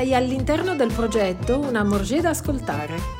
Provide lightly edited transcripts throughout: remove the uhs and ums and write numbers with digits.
Sei all'interno del progetto Una Morgée da ascoltare.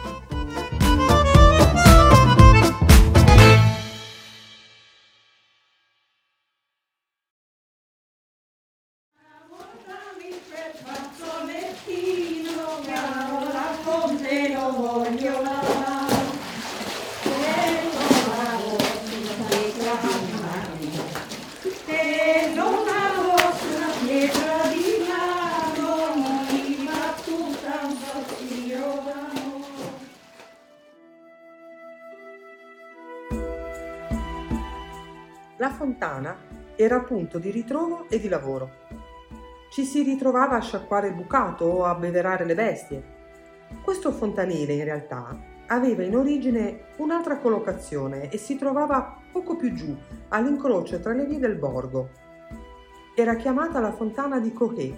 La fontana era punto di ritrovo e di lavoro. Ci si ritrovava a sciacquare il bucato o a abbeverare le bestie. Questo fontanile, in realtà, aveva in origine un'altra collocazione e si trovava poco più giù, all'incrocio tra le vie del borgo. Era chiamata la fontana di Cohé.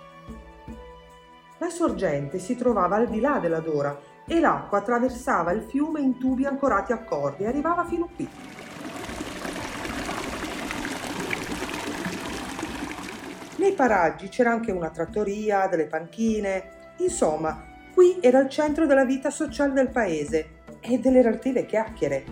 La sorgente si trovava al di là della Dora e l'acqua attraversava il fiume in tubi ancorati a cordi e arrivava fino qui. Nei paraggi c'era anche una trattoria, delle panchine, insomma, qui era il centro della vita sociale del paese e delle relative chiacchiere.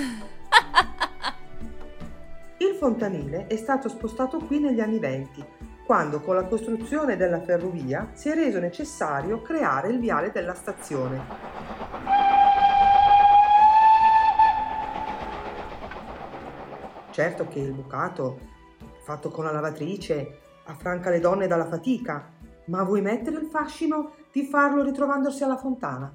Il fontanile è stato spostato qui negli anni '20, quando con la costruzione della ferrovia si è reso necessario creare il viale della stazione. Certo che il bucato, fatto con la lavatrice, affranca le donne dalla fatica, ma vuoi mettere il fascino di farlo ritrovandosi alla fontana?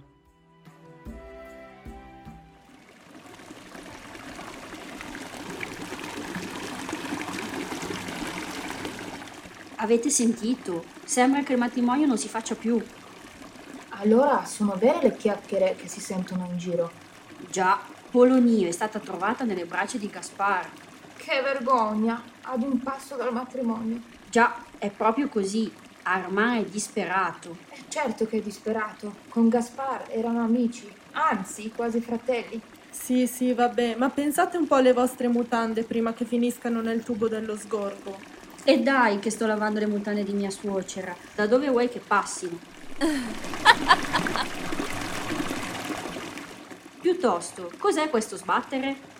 Avete sentito? Sembra che il matrimonio non si faccia più. Allora sono vere le chiacchiere che si sentono in giro. Già, Polonio è stata trovata nelle braccia di Gaspar. Che vergogna, ad un passo dal matrimonio. Già, è proprio così. Armand è disperato. Certo che è disperato. Con Gaspar erano amici, anzi quasi fratelli. Sì, vabbè, ma pensate un po' alle vostre mutande prima che finiscano nel tubo dello sgorgo. E dai che sto lavando le mutande di mia suocera. Da dove vuoi che passino? Piuttosto, cos'è questo sbattere?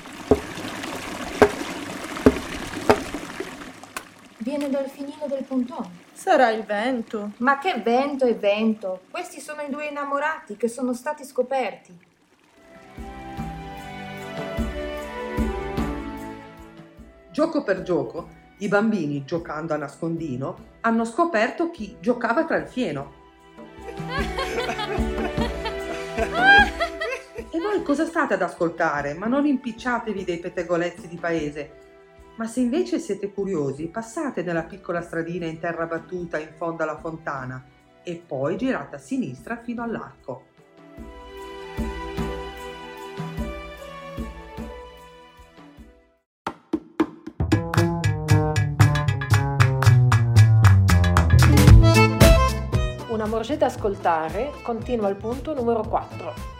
Viene dal finire del pontone. Sarà il vento. Ma che vento e vento! Questi sono i due innamorati che sono stati scoperti. Gioco per gioco, i bambini, giocando a nascondino, hanno scoperto chi giocava tra il fieno. E voi cosa state ad ascoltare? Ma non impicciatevi dei pettegolezzi di paese. Ma se invece siete curiosi, passate nella piccola stradina in terra battuta in fondo alla fontana e poi girate a sinistra fino all'arco. Una Morgée da ascoltare continua al punto numero 4.